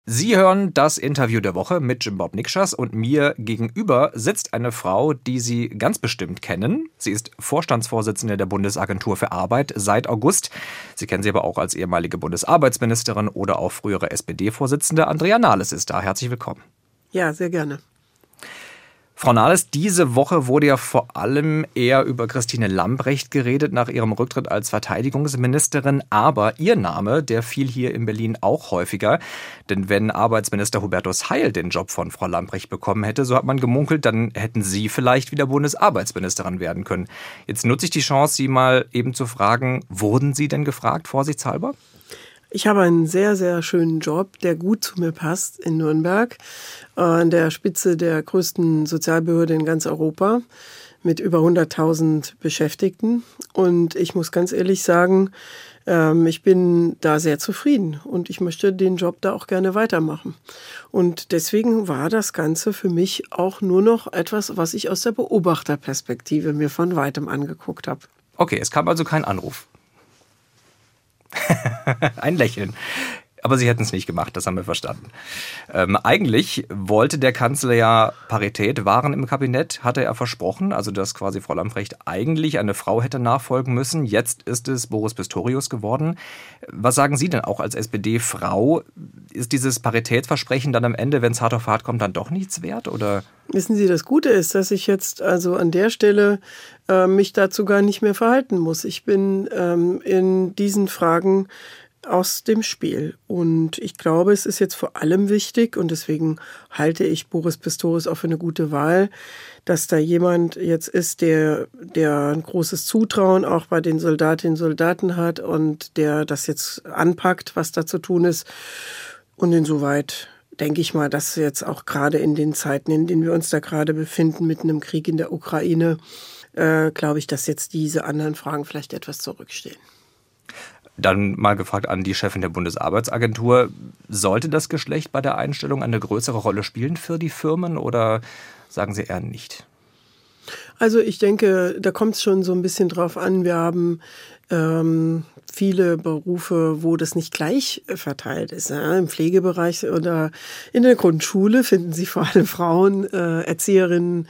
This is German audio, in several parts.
Sie hören das Interview der Woche mit Jim Bob Nikschas und mir gegenüber sitzt eine Frau, die Sie ganz bestimmt kennen. Sie ist Vorstandsvorsitzende der Bundesagentur für Arbeit seit August. Sie kennen sie aber auch als ehemalige Bundesarbeitsministerin oder auch frühere SPD-Vorsitzende. Andrea Nahles ist da. Herzlich willkommen. Ja, sehr gerne. Frau Nahles, diese Woche wurde ja vor allem eher über Christine Lambrecht geredet nach ihrem Rücktritt als Verteidigungsministerin. Aber ihr Name, der fiel hier in Berlin auch häufiger. Denn wenn Arbeitsminister Hubertus Heil den Job von Frau Lambrecht bekommen hätte, so hat man gemunkelt, dann hätten Sie vielleicht wieder Bundesarbeitsministerin werden können. Jetzt nutze ich die Chance, Sie mal eben zu fragen, wurden Sie denn gefragt, vorsichtshalber? Ich habe einen sehr, sehr schönen Job, der gut zu mir passt in Nürnberg, an der Spitze der größten Sozialbehörde in ganz Europa mit über 100.000 Beschäftigten. Und ich muss ganz ehrlich sagen, ich bin da sehr zufrieden und ich möchte den Job da auch gerne weitermachen. Und deswegen war das Ganze für mich auch nur noch etwas, was ich aus der Beobachterperspektive mir von weitem angeguckt habe. Okay, es kam also kein Anruf. Ein Lächeln. Aber Sie hätten es nicht gemacht, das haben wir verstanden. Eigentlich wollte der Kanzler ja Parität wahren im Kabinett, hatte er versprochen, also dass quasi Frau Lambrecht eigentlich eine Frau hätte nachfolgen müssen. Jetzt ist es Boris Pistorius geworden. Was sagen Sie denn auch als SPD-Frau? Ist dieses Paritätsversprechen dann am Ende, wenn es hart auf hart kommt, dann doch nichts wert? Oder? Wissen Sie, das Gute ist, dass ich jetzt also an der Stelle mich dazu gar nicht mehr verhalten muss. Ich bin in diesen Fragen aus dem Spiel. Und ich glaube, es ist jetzt vor allem wichtig, und deswegen halte ich Boris Pistorius auch für eine gute Wahl, dass da jemand jetzt ist, der ein großes Zutrauen auch bei den Soldatinnen und Soldaten hat und der das jetzt anpackt, was da zu tun ist. Und insoweit denke ich mal, dass jetzt auch gerade in den Zeiten, in denen wir uns da gerade befinden, mit einem Krieg in der Ukraine, glaube ich, dass jetzt diese anderen Fragen vielleicht etwas zurückstehen. Dann mal gefragt an die Chefin der Bundesarbeitsagentur, sollte das Geschlecht bei der Einstellung eine größere Rolle spielen für die Firmen oder sagen Sie eher nicht? Also ich denke, da kommt es schon so ein bisschen drauf an. Wir haben viele Berufe, wo das nicht gleich verteilt ist. Ja? Im Pflegebereich oder in der Grundschule finden Sie vor allem Frauen, Erzieherinnen.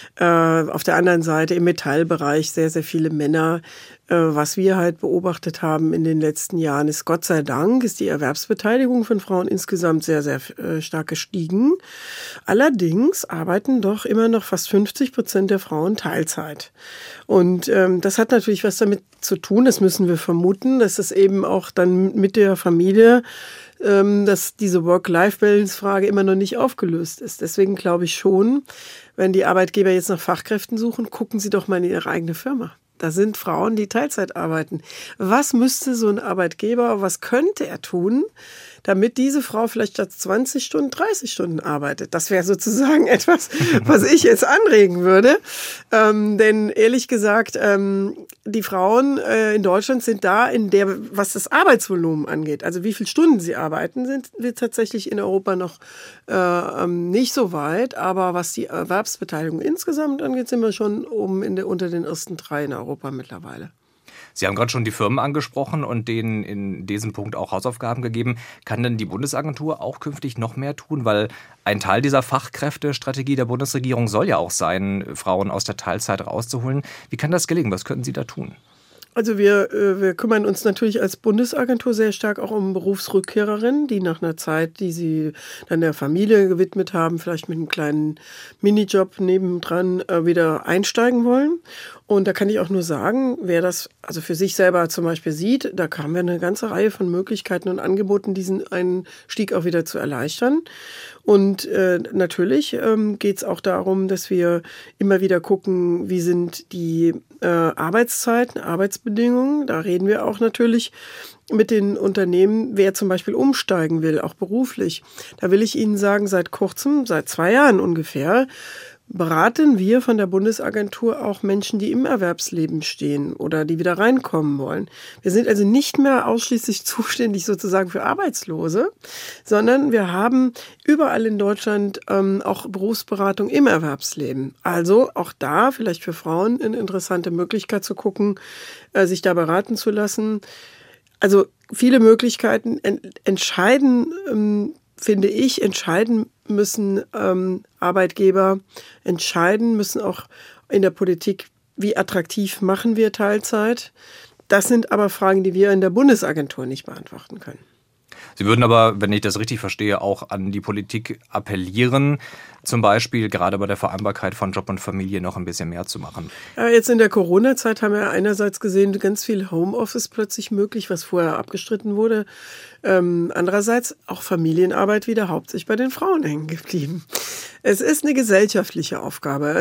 Auf der anderen Seite im Metallbereich sehr, sehr viele Männer. Was wir halt beobachtet haben in den letzten Jahren ist, Gott sei Dank, ist die Erwerbsbeteiligung von Frauen insgesamt sehr, sehr stark gestiegen. Allerdings arbeiten doch immer noch fast 50% der Frauen Teilzeit. Und das hat natürlich was damit zu tun, das müssen wir vermuten, dass das eben auch dann mit der Familie, dass diese Work-Life-Balance-Frage immer noch nicht aufgelöst ist. Deswegen glaube ich schon, wenn die Arbeitgeber jetzt nach Fachkräften suchen, gucken sie doch mal in ihre eigene Firma. Da sind Frauen, die Teilzeit arbeiten. Was müsste so ein Arbeitgeber, was könnte er tun, damit diese Frau vielleicht statt 20 Stunden 30 Stunden arbeitet? Das wäre sozusagen etwas, was ich jetzt anregen würde. Denn ehrlich gesagt, die Frauen in Deutschland sind da was das Arbeitsvolumen angeht, also wie viele Stunden sie arbeiten, sind wir tatsächlich in Europa noch nicht so weit. Aber was die Erwerbsbeteiligung insgesamt angeht, sind wir schon unter den ersten 3 in Europa mittlerweile. Sie haben gerade schon die Firmen angesprochen und denen in diesem Punkt auch Hausaufgaben gegeben. Kann denn die Bundesagentur auch künftig noch mehr tun? Weil ein Teil dieser Fachkräftestrategie der Bundesregierung soll ja auch sein, Frauen aus der Teilzeit rauszuholen. Wie kann das gelingen? Was könnten Sie da tun? Also wir kümmern uns natürlich als Bundesagentur sehr stark auch um Berufsrückkehrerinnen, die nach einer Zeit, die sie dann der Familie gewidmet haben, vielleicht mit einem kleinen Minijob nebendran wieder einsteigen wollen. Und da kann ich auch nur sagen, wer das also für sich selber zum Beispiel sieht, da haben wir eine ganze Reihe von Möglichkeiten und Angeboten, diesen Einstieg auch wieder zu erleichtern. Und natürlich geht es auch darum, dass wir immer wieder gucken, wie sind die Arbeitszeiten, Arbeitsbedingungen. Da reden wir auch natürlich mit den Unternehmen, wer zum Beispiel umsteigen will, auch beruflich. Da will ich Ihnen sagen, seit kurzem, seit 2 Jahren ungefähr, beraten wir von der Bundesagentur auch Menschen, die im Erwerbsleben stehen oder die wieder reinkommen wollen. Wir sind also nicht mehr ausschließlich zuständig sozusagen für Arbeitslose, sondern wir haben überall in Deutschland auch Berufsberatung im Erwerbsleben. Also auch da vielleicht für Frauen eine interessante Möglichkeit zu gucken, sich da beraten zu lassen. Also viele Möglichkeiten entscheiden finde ich, entscheiden müssen Arbeitgeber, entscheiden müssen auch in der Politik, wie attraktiv machen wir Teilzeit. Das sind aber Fragen, die wir in der Bundesagentur nicht beantworten können. Sie würden aber, wenn ich das richtig verstehe, auch an die Politik appellieren, zum Beispiel gerade bei der Vereinbarkeit von Job und Familie noch ein bisschen mehr zu machen. Ja, jetzt in der Corona-Zeit haben wir einerseits gesehen, ganz viel Homeoffice plötzlich möglich, was vorher abgestritten wurde. Andererseits auch Familienarbeit wieder hauptsächlich bei den Frauen hängen geblieben. Es ist eine gesellschaftliche Aufgabe.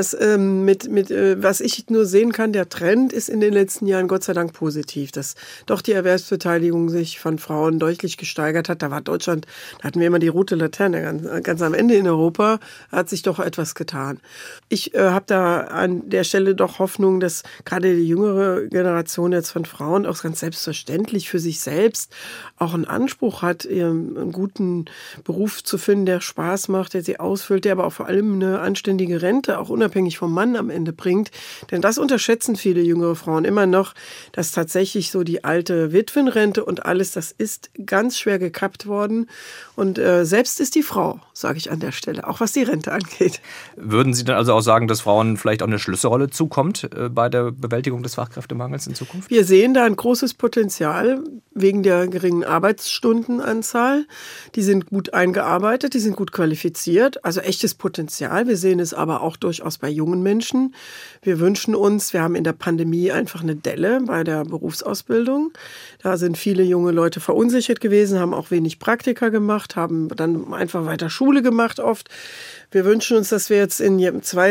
Was ich nur sehen kann, der Trend ist in den letzten Jahren Gott sei Dank positiv, dass doch die Erwerbsbeteiligung sich von Frauen deutlich gesteigert hat. Da war Deutschland, da hatten wir immer die rote Laterne ganz am Ende in Europa, hat sich doch etwas getan. Ich habe da an der Stelle doch Hoffnung, dass gerade die jüngere Generation jetzt von Frauen auch ganz selbstverständlich für sich selbst auch einen Anspruch hat, einen guten Beruf zu finden, der Spaß macht, der sie ausfüllt, der aber auch vor allem eine anständige Rente, auch unabhängig vom Mann am Ende bringt. Denn das unterschätzen viele jüngere Frauen immer noch, dass tatsächlich so die alte Witwenrente und alles, das ist ganz schwer gekappt worden. Und selbst ist die Frau, sage ich an der Stelle, auch was die Rente angeht. Würden Sie dann also auch sagen, dass Frauen vielleicht auch eine Schlüsselrolle zukommt bei der Bewältigung des Fachkräftemangels in Zukunft? Wir sehen da ein großes Potenzial wegen der geringen Arbeitsstundenanzahl. Die sind gut eingearbeitet, die sind gut qualifiziert, also echtes Potenzial. Wir sehen es aber auch durchaus bei jungen Menschen. Wir wünschen uns, wir haben in der Pandemie einfach eine Delle bei der Berufsausbildung. Da sind viele junge Leute verunsichert gewesen, haben auch wenig Praktika gemacht, haben dann einfach weiter Schule gemacht oft. Wir wünschen uns, dass wir jetzt in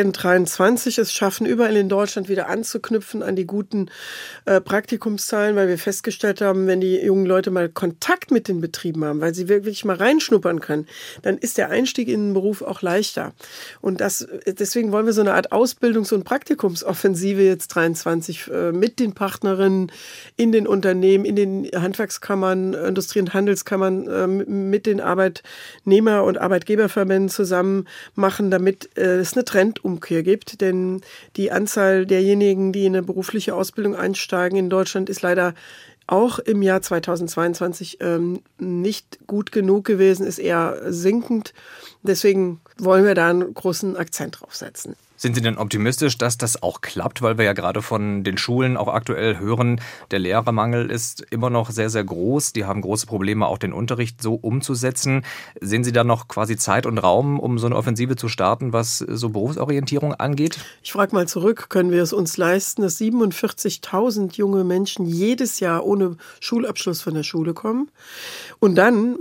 2023 es schaffen, überall in Deutschland wieder anzuknüpfen an die guten Praktikumszahlen, weil wir festgestellt haben, wenn die jungen Leute mal Kontakt mit den Betrieben haben, weil sie wirklich mal reinschnuppern können, dann ist der Einstieg in den Beruf auch leichter. Und deswegen wollen wir so eine Art Ausbildungs- und Praktikumsoffensive jetzt 23 mit den Partnerinnen in den Unternehmen, in den Handwerkskammern, Industrie- und Handelskammern, mit den Arbeitnehmer- und Arbeitgeberverbänden zusammen machen, damit es eine Trendumkehr gibt. Denn die Anzahl derjenigen, die in eine berufliche Ausbildung einsteigen in Deutschland, ist leider auch im Jahr 2022 nicht gut genug gewesen, ist eher sinkend. Deswegen wollen wir da einen großen Akzent drauf setzen. Sind Sie denn optimistisch, dass das auch klappt? Weil wir ja gerade von den Schulen auch aktuell hören, der Lehrermangel ist immer noch sehr, sehr groß. Die haben große Probleme, auch den Unterricht so umzusetzen. Sehen Sie da noch quasi Zeit und Raum, um so eine Offensive zu starten, was so Berufsorientierung angeht? Ich frage mal zurück, können wir es uns leisten, dass 47.000 junge Menschen jedes Jahr ohne Schulabschluss von der Schule kommen? Und dann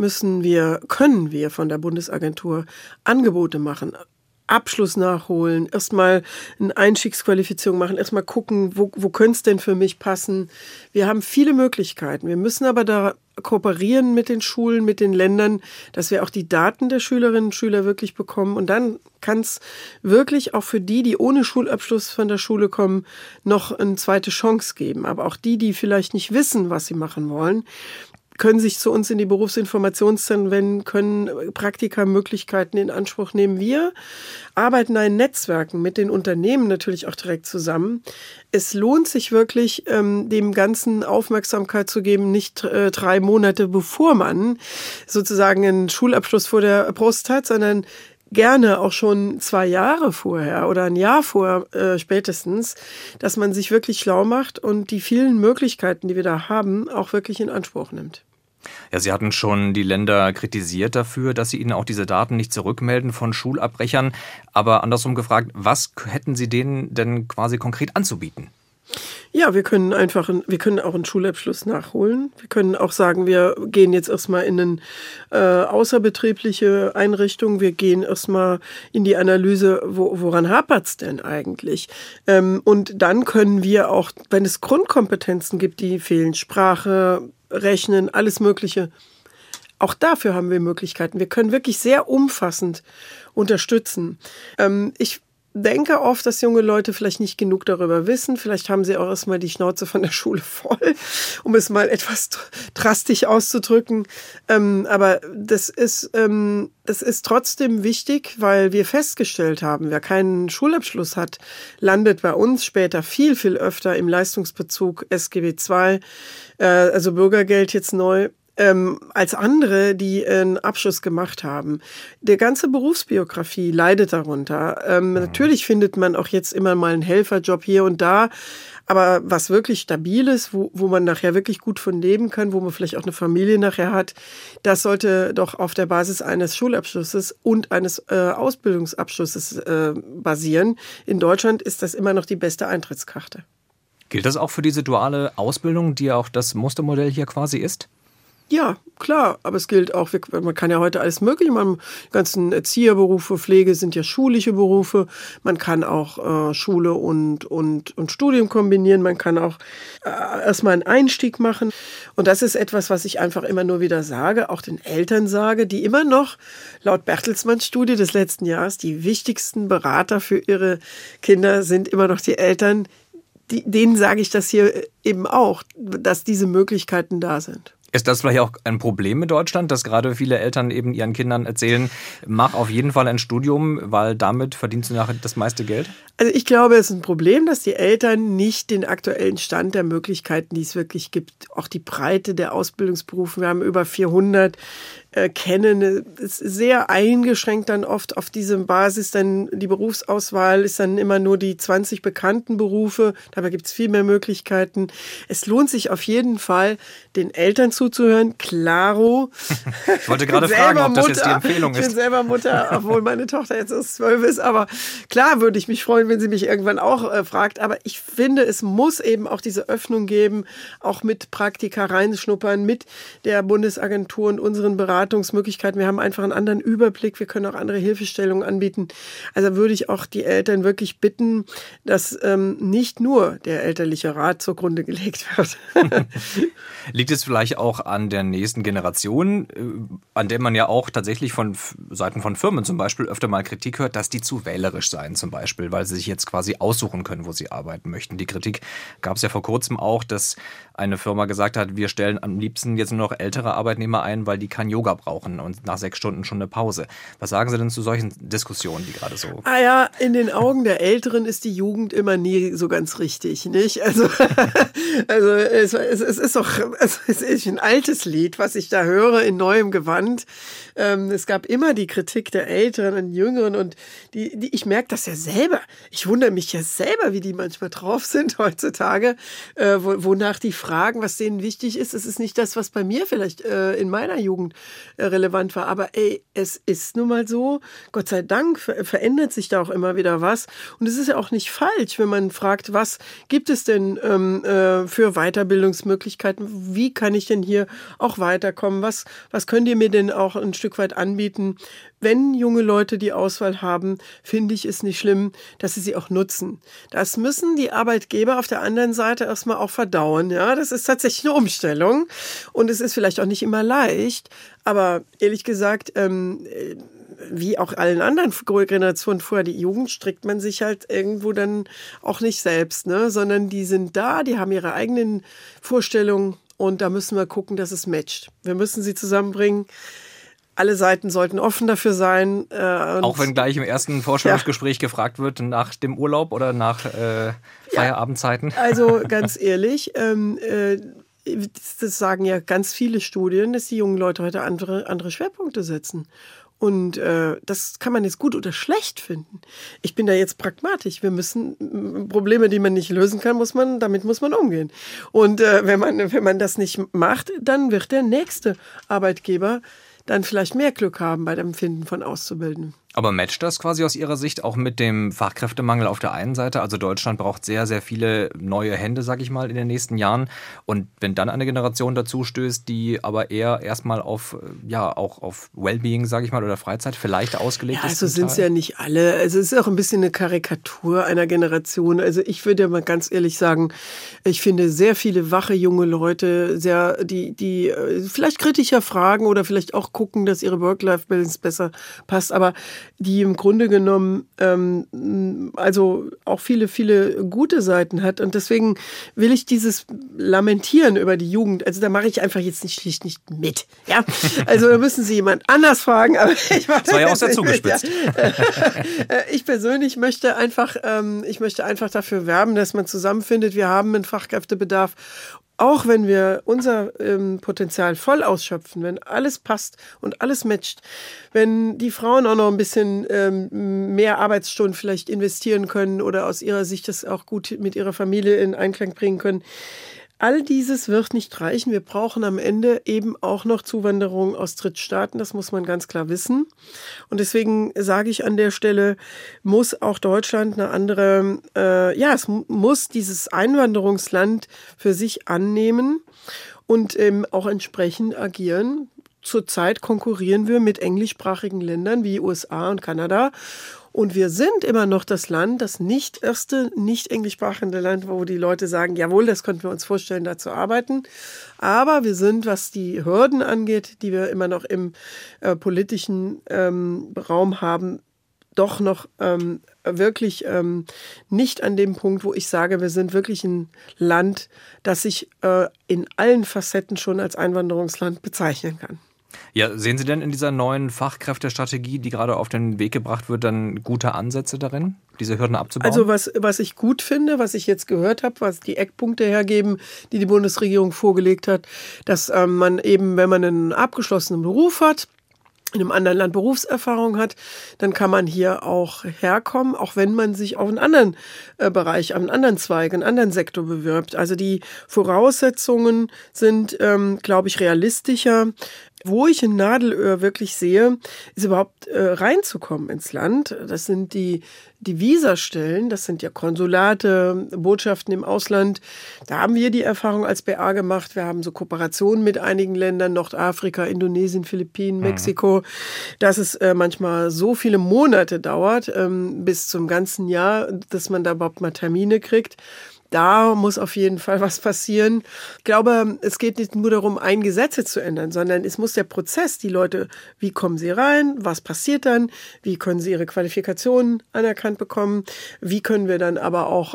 können wir von der Bundesagentur Angebote machen, Abschluss nachholen, erstmal eine Einstiegsqualifizierung machen, erstmal gucken, wo könnte es denn für mich passen. Wir haben viele Möglichkeiten. Wir müssen aber da kooperieren mit den Schulen, mit den Ländern, dass wir auch die Daten der Schülerinnen und Schüler wirklich bekommen. Und dann kann es wirklich auch für die ohne Schulabschluss von der Schule kommen, noch eine zweite Chance geben. Aber auch die vielleicht nicht wissen, was sie machen wollen, können sich zu uns in die Berufsinformationszentren wenden, können Praktikamöglichkeiten in Anspruch nehmen. Wir arbeiten da in Netzwerken mit den Unternehmen natürlich auch direkt zusammen. Es lohnt sich wirklich, dem Ganzen Aufmerksamkeit zu geben, nicht 3 Monate bevor man sozusagen einen Schulabschluss vor der Brust hat, sondern gerne auch schon 2 Jahre vorher oder ein Jahr vorher spätestens, dass man sich wirklich schlau macht und die vielen Möglichkeiten, die wir da haben, auch wirklich in Anspruch nimmt. Ja, Sie hatten schon die Länder kritisiert dafür, dass sie ihnen auch diese Daten nicht zurückmelden von Schulabbrechern. Aber andersrum gefragt, was hätten Sie denen denn quasi konkret anzubieten? Ja, wir können auch einen Schulabschluss nachholen. Wir können auch sagen, wir gehen jetzt erstmal in eine außerbetriebliche Einrichtung. Wir gehen erstmal in die Analyse, woran hapert's denn eigentlich? Und dann können wir auch, wenn es Grundkompetenzen gibt, die fehlen, Sprache, Rechnen, alles Mögliche, auch dafür haben wir Möglichkeiten. Wir können wirklich sehr umfassend unterstützen. Ich denke oft, dass junge Leute vielleicht nicht genug darüber wissen. Vielleicht haben sie auch erstmal die Schnauze von der Schule voll, um es mal etwas drastisch auszudrücken. Aber das ist trotzdem wichtig, weil wir festgestellt haben, wer keinen Schulabschluss hat, landet bei uns später viel, viel öfter im Leistungsbezug SGB II, also Bürgergeld jetzt neu, als andere, die einen Abschluss gemacht haben. Der ganze Berufsbiografie leidet darunter. Natürlich findet man auch jetzt immer mal einen Helferjob hier und da, aber was wirklich stabil ist, wo man nachher wirklich gut von leben kann, wo man vielleicht auch eine Familie nachher hat, das sollte doch auf der Basis eines Schulabschlusses und eines Ausbildungsabschlusses basieren. In Deutschland ist das immer noch die beste Eintrittskarte. Gilt das auch für diese duale Ausbildung, die ja auch das Mustermodell hier quasi ist? Ja, klar, aber es gilt auch, man kann ja heute alles Mögliche machen. Die ganzen Erzieherberufe, Pflege sind ja schulische Berufe. Man kann auch Schule und Studium kombinieren. Man kann auch erstmal einen Einstieg machen. Und das ist etwas, was ich einfach immer nur wieder sage, auch den Eltern sage, die immer noch laut Bertelsmanns Studie des letzten Jahres die wichtigsten Berater für ihre Kinder sind immer noch die Eltern. Denen sage ich das hier eben auch, dass diese Möglichkeiten da sind. Ist das vielleicht auch ein Problem in Deutschland, dass gerade viele Eltern eben ihren Kindern erzählen, mach auf jeden Fall ein Studium, weil damit verdienst du nachher das meiste Geld? Also ich glaube, es ist ein Problem, dass die Eltern nicht den aktuellen Stand der Möglichkeiten, die es wirklich gibt, auch die Breite der Ausbildungsberufe, wir haben über 400, kennen, ist sehr eingeschränkt dann oft auf diese Basis, dann die Berufsauswahl ist dann immer nur die 20 bekannten Berufe, dabei gibt es viel mehr Möglichkeiten. Es lohnt sich auf jeden Fall, den Eltern zuzuhören, klaro. Ich wollte gerade fragen, ob das jetzt die Empfehlung ist. Ich bin selber Mutter, obwohl meine Tochter jetzt erst 12 ist, aber klar würde ich mich freuen, wenn sie mich irgendwann auch fragt, aber ich finde, es muss eben auch diese Öffnung geben, auch mit Praktika reinschnuppern, mit der Bundesagentur und unseren Beratungsmöglichkeiten. Wir haben einfach einen anderen Überblick. Wir können auch andere Hilfestellungen anbieten. Also würde ich auch die Eltern wirklich bitten, dass nicht nur der elterliche Rat zugrunde gelegt wird. Liegt es vielleicht auch an der nächsten Generation, an der man ja auch tatsächlich von Seiten von Firmen zum Beispiel öfter mal Kritik hört, dass die zu wählerisch seien zum Beispiel, weil sie sich jetzt quasi aussuchen können, wo sie arbeiten möchten. Die Kritik gab es ja vor kurzem auch, dass eine Firma gesagt hat, wir stellen am liebsten jetzt nur noch ältere Arbeitnehmer ein, weil die kein Yoga brauchen und nach 6 Stunden schon eine Pause. Was sagen Sie denn zu solchen Diskussionen, die gerade so... Ah ja, in den Augen der Älteren ist die Jugend immer nie so ganz richtig, nicht? Also es ist doch, es ist ein altes Lied, was ich da höre in neuem Gewand. Es gab immer die Kritik der Älteren und Jüngeren und ich merke das ja selber. Ich wundere mich ja selber, wie die manchmal drauf sind heutzutage, wonach die fragen, was denen wichtig ist. Es ist nicht das, was bei mir vielleicht in meiner Jugend relevant war. Aber es ist nun mal so, Gott sei Dank verändert sich da auch immer wieder was. Und es ist ja auch nicht falsch, wenn man fragt, was gibt es denn für Weiterbildungsmöglichkeiten? Wie kann ich denn hier auch weiterkommen? Was könnt ihr mir denn auch ein Stück weit anbieten? Wenn junge Leute die Auswahl haben, finde ich es nicht schlimm, dass sie auch nutzen. Das müssen die Arbeitgeber auf der anderen Seite erstmal auch verdauen. Ja, das ist tatsächlich eine Umstellung und es ist vielleicht auch nicht immer leicht, aber ehrlich gesagt, wie auch allen anderen Generationen vorher, die Jugend strickt man sich halt irgendwo dann auch nicht selbst, ne? Sondern die sind da, die haben ihre eigenen Vorstellungen und da müssen wir gucken, dass es matcht. Wir müssen sie zusammenbringen. Alle Seiten sollten offen dafür sein. Auch wenn gleich im ersten Vorstellungsgespräch gefragt wird nach dem Urlaub oder nach Feierabendzeiten? Also ganz ehrlich, das sagen ja ganz viele Studien, dass die jungen Leute heute andere Schwerpunkte setzen. Und das kann man jetzt gut oder schlecht finden. Ich bin da jetzt pragmatisch. Wir müssen Probleme, die man nicht lösen kann, damit muss man umgehen. Und wenn man das nicht macht, dann wird der nächste Arbeitgeber dann vielleicht mehr Glück haben bei dem Finden von Auszubildenden. Aber matcht das quasi aus Ihrer Sicht auch mit dem Fachkräftemangel auf der einen Seite? Also Deutschland braucht sehr, sehr viele neue Hände, sag ich mal, in den nächsten Jahren. Und wenn dann eine Generation dazu stößt, die aber eher erstmal auf Wellbeing, sag ich mal, oder Freizeit vielleicht ausgelegt ist. Also sind es ja nicht alle. Also es ist auch ein bisschen eine Karikatur einer Generation. Also ich würde ja mal ganz ehrlich sagen, ich finde sehr viele wache junge Leute, die vielleicht kritischer fragen oder vielleicht auch gucken, dass ihre Work-Life-Balance besser passt. Aber die im Grunde genommen also auch viele, viele gute Seiten hat. Und deswegen will ich dieses Lamentieren über die Jugend, also da mache ich einfach jetzt schlicht nicht mit. Ja? Also da müssen Sie jemand anders fragen. Aber das war ja auch sehr zugespitzt. Ich persönlich möchte einfach dafür werben, dass man zusammenfindet. Wir haben einen Fachkräftebedarf. auch wenn wir unser Potenzial voll ausschöpfen, wenn alles passt und alles matcht, wenn die Frauen auch noch ein bisschen mehr Arbeitsstunden vielleicht investieren können oder aus ihrer Sicht das auch gut mit ihrer Familie in Einklang bringen können, all dieses wird nicht reichen. Wir brauchen am Ende eben auch noch Zuwanderung aus Drittstaaten. Das muss man ganz klar wissen. Und deswegen sage ich an der Stelle, muss auch Deutschland eine andere, es muss dieses Einwanderungsland für sich annehmen und auch entsprechend agieren. Zurzeit konkurrieren wir mit englischsprachigen Ländern wie USA und Kanada. Und wir sind immer noch das Land, das erste nicht englischsprachige Land, wo die Leute sagen, jawohl, das könnten wir uns vorstellen, da zu arbeiten. Aber wir sind, was die Hürden angeht, die wir immer noch im politischen Raum haben, doch noch wirklich nicht an dem Punkt, wo ich sage, wir sind wirklich ein Land, das sich in allen Facetten schon als Einwanderungsland bezeichnen kann. Ja, sehen Sie denn in dieser neuen Fachkräftestrategie, die gerade auf den Weg gebracht wird, dann gute Ansätze darin, diese Hürden abzubauen? Also was ich gut finde, was ich jetzt gehört habe, was die Eckpunkte hergeben, die Bundesregierung vorgelegt hat, dass man eben, wenn man einen abgeschlossenen Beruf hat, in einem anderen Land Berufserfahrung hat, dann kann man hier auch herkommen, auch wenn man sich auf einen anderen Bereich, auf einen anderen Zweig, einen anderen Sektor bewirbt. Also die Voraussetzungen sind, glaube ich, realistischer. Wo ich in Nadelöhr wirklich sehe, ist überhaupt reinzukommen ins Land. Das sind die Visastellen, das sind ja Konsulate, Botschaften im Ausland. Da haben wir die Erfahrung als BA gemacht. Wir haben so Kooperationen mit einigen Ländern, Nordafrika, Indonesien, Philippinen, Mexiko, dass es manchmal so viele Monate dauert, bis zum ganzen Jahr, dass man da überhaupt mal Termine kriegt. Da muss auf jeden Fall was passieren. Ich glaube, es geht nicht nur darum, ein Gesetz zu ändern, sondern es muss der Prozess, die Leute, wie kommen sie rein, was passiert dann, wie können sie ihre Qualifikationen anerkannt bekommen, wie können wir dann aber auch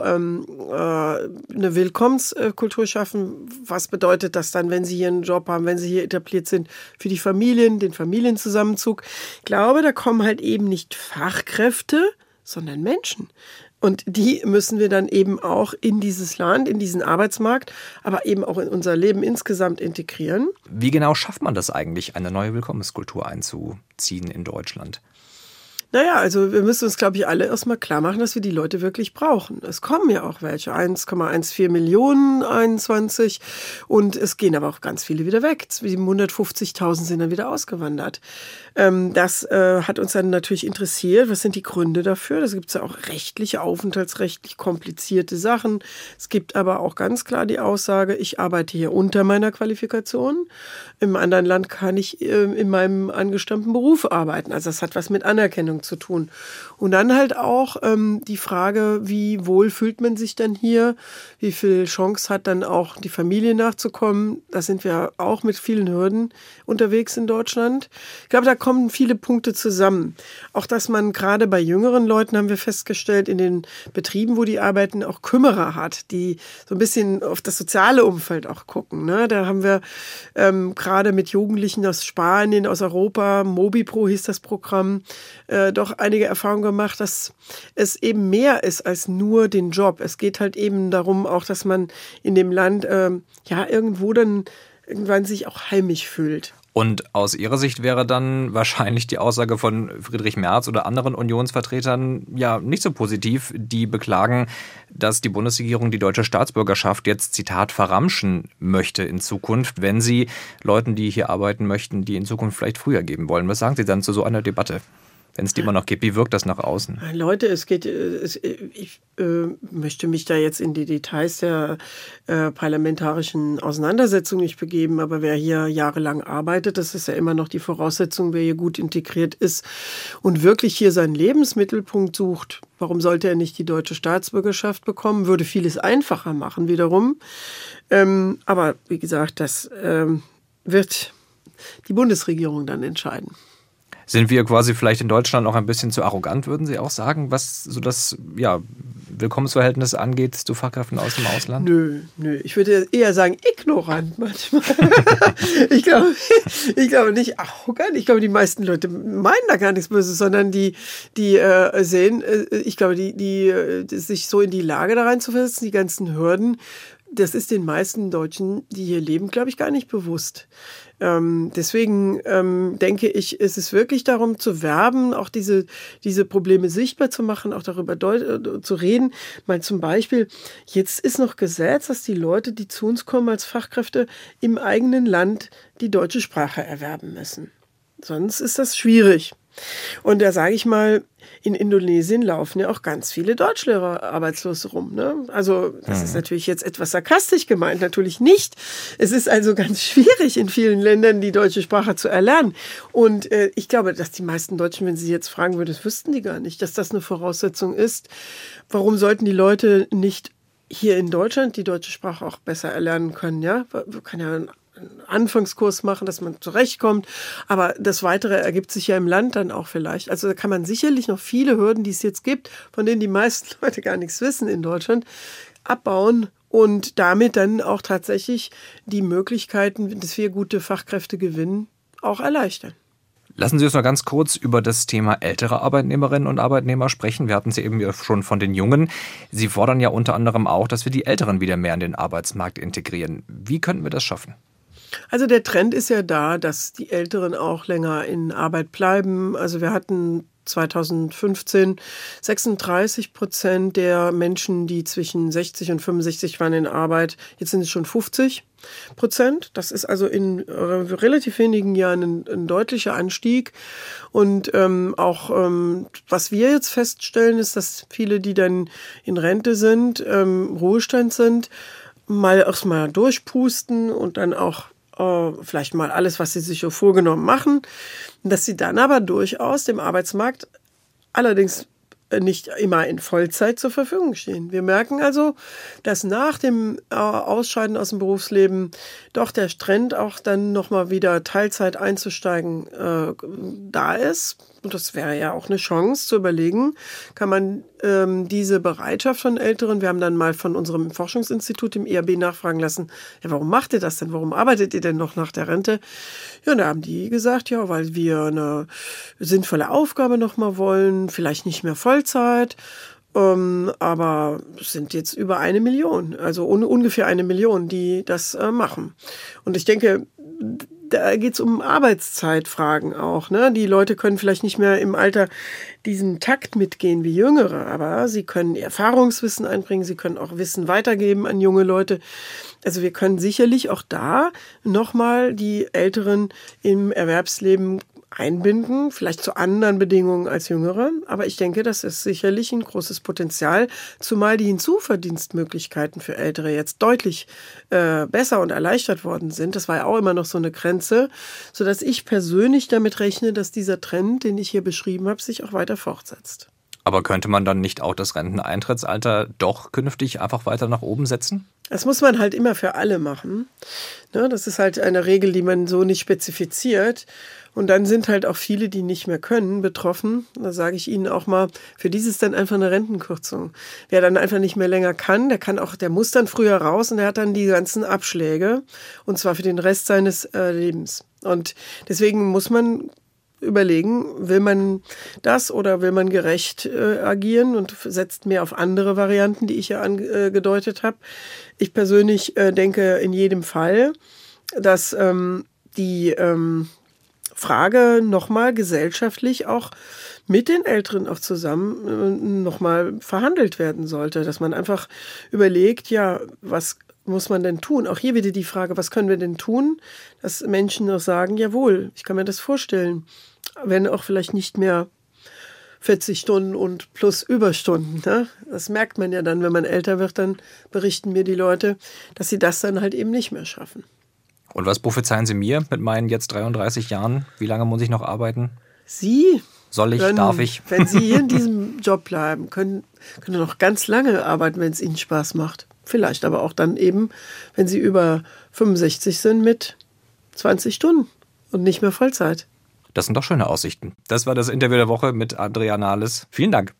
eine Willkommenskultur schaffen, was bedeutet das dann, wenn sie hier einen Job haben, wenn sie hier etabliert sind, für die Familien, den Familienzusammenzug. Ich glaube, da kommen halt eben nicht Fachkräfte, sondern Menschen. Und die müssen wir dann eben auch in dieses Land, in diesen Arbeitsmarkt, aber eben auch in unser Leben insgesamt integrieren. Wie genau schafft man das eigentlich, eine neue Willkommenskultur einzuziehen in Deutschland? Naja, also wir müssen uns, glaube ich, alle erstmal klar machen, dass wir die Leute wirklich brauchen. Es kommen ja auch welche, 1,14 Millionen 21 und es gehen aber auch ganz viele wieder weg. 750.000 sind dann wieder ausgewandert. Das hat uns dann natürlich interessiert. Was sind die Gründe dafür? Das gibt es ja auch rechtliche, aufenthaltsrechtlich komplizierte Sachen. Es gibt aber auch ganz klar die Aussage, ich arbeite hier unter meiner Qualifikation. Im anderen Land kann ich in meinem angestammten Beruf arbeiten. Also das hat was mit Anerkennung zu tun. Und dann halt auch die Frage, wie wohl fühlt man sich dann hier? Wie viel Chance hat dann auch die Familie nachzukommen? Da sind wir auch mit vielen Hürden unterwegs in Deutschland. Ich glaube, da kommen viele Punkte zusammen. Auch, dass man gerade bei jüngeren Leuten, haben wir festgestellt, in den Betrieben, wo die arbeiten, auch Kümmerer hat, die so ein bisschen auf das soziale Umfeld auch gucken. Ne? Da haben wir gerade mit Jugendlichen aus Spanien, aus Europa, MobiPro hieß das Programm, doch einige Erfahrungen gemacht, dass es eben mehr ist als nur den Job. Es geht halt eben darum auch, dass man in dem Land irgendwo dann irgendwann sich auch heimisch fühlt. Und aus Ihrer Sicht wäre dann wahrscheinlich die Aussage von Friedrich Merz oder anderen Unionsvertretern ja nicht so positiv, die beklagen, dass die Bundesregierung die deutsche Staatsbürgerschaft jetzt, Zitat, verramschen möchte in Zukunft, wenn sie Leuten, die hier arbeiten möchten, die in Zukunft vielleicht früher geben wollen. Was sagen Sie dann zu so einer Debatte? Wenn es die immer noch gibt, wie wirkt das nach außen? Leute, ich möchte mich da jetzt in die Details der parlamentarischen Auseinandersetzung nicht begeben, aber wer hier jahrelang arbeitet, das ist ja immer noch die Voraussetzung, wer hier gut integriert ist und wirklich hier seinen Lebensmittelpunkt sucht. Warum sollte er nicht die deutsche Staatsbürgerschaft bekommen? Würde vieles einfacher machen wiederum. Aber wie gesagt, das wird die Bundesregierung dann entscheiden. Sind wir quasi vielleicht in Deutschland auch ein bisschen zu arrogant, würden Sie auch sagen, was so das Willkommensverhältnis angeht zu Fachkräften aus dem Ausland? Nö. Ich würde eher sagen, ignorant manchmal. Ich glaube nicht arrogant. Ich glaube, die meisten Leute meinen da gar nichts Böses, sondern die sehen, ich glaube, die sich so in die Lage da reinzuversetzen, die ganzen Hürden, das ist den meisten Deutschen, die hier leben, glaube ich, gar nicht bewusst. Deswegen denke ich, ist es wirklich darum zu werben, auch diese Probleme sichtbar zu machen, auch darüber zu reden. Mal zum Beispiel, jetzt ist noch Gesetz, dass die Leute, die zu uns kommen als Fachkräfte, im eigenen Land die deutsche Sprache erwerben müssen. Sonst ist das schwierig. Und da sage ich mal, in Indonesien laufen ja auch ganz viele Deutschlehrer arbeitslos rum. Ne? Also das ist natürlich jetzt etwas sarkastisch gemeint, natürlich nicht. Es ist also ganz schwierig in vielen Ländern die deutsche Sprache zu erlernen. Und ich glaube, dass die meisten Deutschen, wenn sie jetzt fragen würden, das wüssten die gar nicht, dass das eine Voraussetzung ist. Warum sollten die Leute nicht hier in Deutschland die deutsche Sprache auch besser erlernen können? Ja, kann ja einen Anfangskurs machen, dass man zurechtkommt. Aber das Weitere ergibt sich ja im Land dann auch vielleicht. Also da kann man sicherlich noch viele Hürden, die es jetzt gibt, von denen die meisten Leute gar nichts wissen in Deutschland, abbauen und damit dann auch tatsächlich die Möglichkeiten, dass wir gute Fachkräfte gewinnen, auch erleichtern. Lassen Sie uns noch ganz kurz über das Thema ältere Arbeitnehmerinnen und Arbeitnehmer sprechen. Wir hatten es ja eben schon von den Jungen. Sie fordern ja unter anderem auch, dass wir die Älteren wieder mehr in den Arbeitsmarkt integrieren. Wie könnten wir das schaffen? Also der Trend ist ja da, dass die Älteren auch länger in Arbeit bleiben. Also wir hatten 2015 36% der Menschen, die zwischen 60 und 65 waren in Arbeit. Jetzt sind es schon 50%. Das ist also in relativ wenigen Jahren ein deutlicher Anstieg. Und was wir jetzt feststellen, ist, dass viele, die dann in Rente sind, Ruhestand sind, erstmal durchpusten und dann auch vielleicht mal alles, was sie sich so vorgenommen machen, dass sie dann aber durchaus dem Arbeitsmarkt allerdings nicht immer in Vollzeit zur Verfügung stehen. Wir merken also, dass nach dem Ausscheiden aus dem Berufsleben doch der Trend auch dann nochmal wieder Teilzeit einzusteigen da ist. Und das wäre ja auch eine Chance zu überlegen, kann man diese Bereitschaft von Älteren, wir haben dann mal von unserem Forschungsinstitut im IAB nachfragen lassen, ja, warum macht ihr das denn? Warum arbeitet ihr denn noch nach der Rente? Ja, da haben die gesagt, ja, weil wir eine sinnvolle Aufgabe nochmal wollen, vielleicht nicht mehr Vollzeit, aber es sind jetzt über 1 Million, also ungefähr 1 Million, die das machen. Und ich denke, da geht es um Arbeitszeitfragen auch. Ne? Die Leute können vielleicht nicht mehr im Alter diesen Takt mitgehen wie Jüngere, aber sie können Erfahrungswissen einbringen, sie können auch Wissen weitergeben an junge Leute. Also wir können sicherlich auch da nochmal die Älteren im Erwerbsleben einbinden, vielleicht zu anderen Bedingungen als Jüngere. Aber ich denke, das ist sicherlich ein großes Potenzial, zumal die Hinzuverdienstmöglichkeiten für Ältere jetzt deutlich besser und erleichtert worden sind. Das war ja auch immer noch so eine Grenze, sodass ich persönlich damit rechne, dass dieser Trend, den ich hier beschrieben habe, sich auch weiter fortsetzt. Aber könnte man dann nicht auch das Renteneintrittsalter doch künftig einfach weiter nach oben setzen? Das muss man halt immer für alle machen. Das ist halt eine Regel, die man so nicht spezifiziert. Und dann sind halt auch viele, die nicht mehr können, betroffen. Da sage ich Ihnen auch mal, für die ist es dann einfach eine Rentenkürzung. Wer dann einfach nicht mehr länger kann, der muss dann früher raus und der hat dann die ganzen Abschläge. Und zwar für den Rest seines Lebens. Und deswegen muss man überlegen, will man das oder will man gerecht agieren und setzt mehr auf andere Varianten, die ich ja angedeutet habe. Ich persönlich denke in jedem Fall, dass die Frage nochmal gesellschaftlich auch mit den Älteren auch zusammen nochmal verhandelt werden sollte, dass man einfach überlegt, ja, was muss man denn tun? Auch hier wieder die Frage, was können wir denn tun, dass Menschen auch sagen, jawohl, ich kann mir das vorstellen, wenn auch vielleicht nicht mehr 40 Stunden und plus Überstunden. Ne? Das merkt man ja dann, wenn man älter wird, dann berichten mir die Leute, dass sie das dann halt eben nicht mehr schaffen. Und was prophezeien Sie mir mit meinen jetzt 33 Jahren? Wie lange muss ich noch arbeiten? Sie darf ich? Wenn Sie hier in diesem Job bleiben, können noch ganz lange arbeiten, wenn es Ihnen Spaß macht. Vielleicht aber auch dann eben, wenn Sie über 65 sind, mit 20 Stunden und nicht mehr Vollzeit. Das sind doch schöne Aussichten. Das war das Interview der Woche mit Andrea Nahles. Vielen Dank.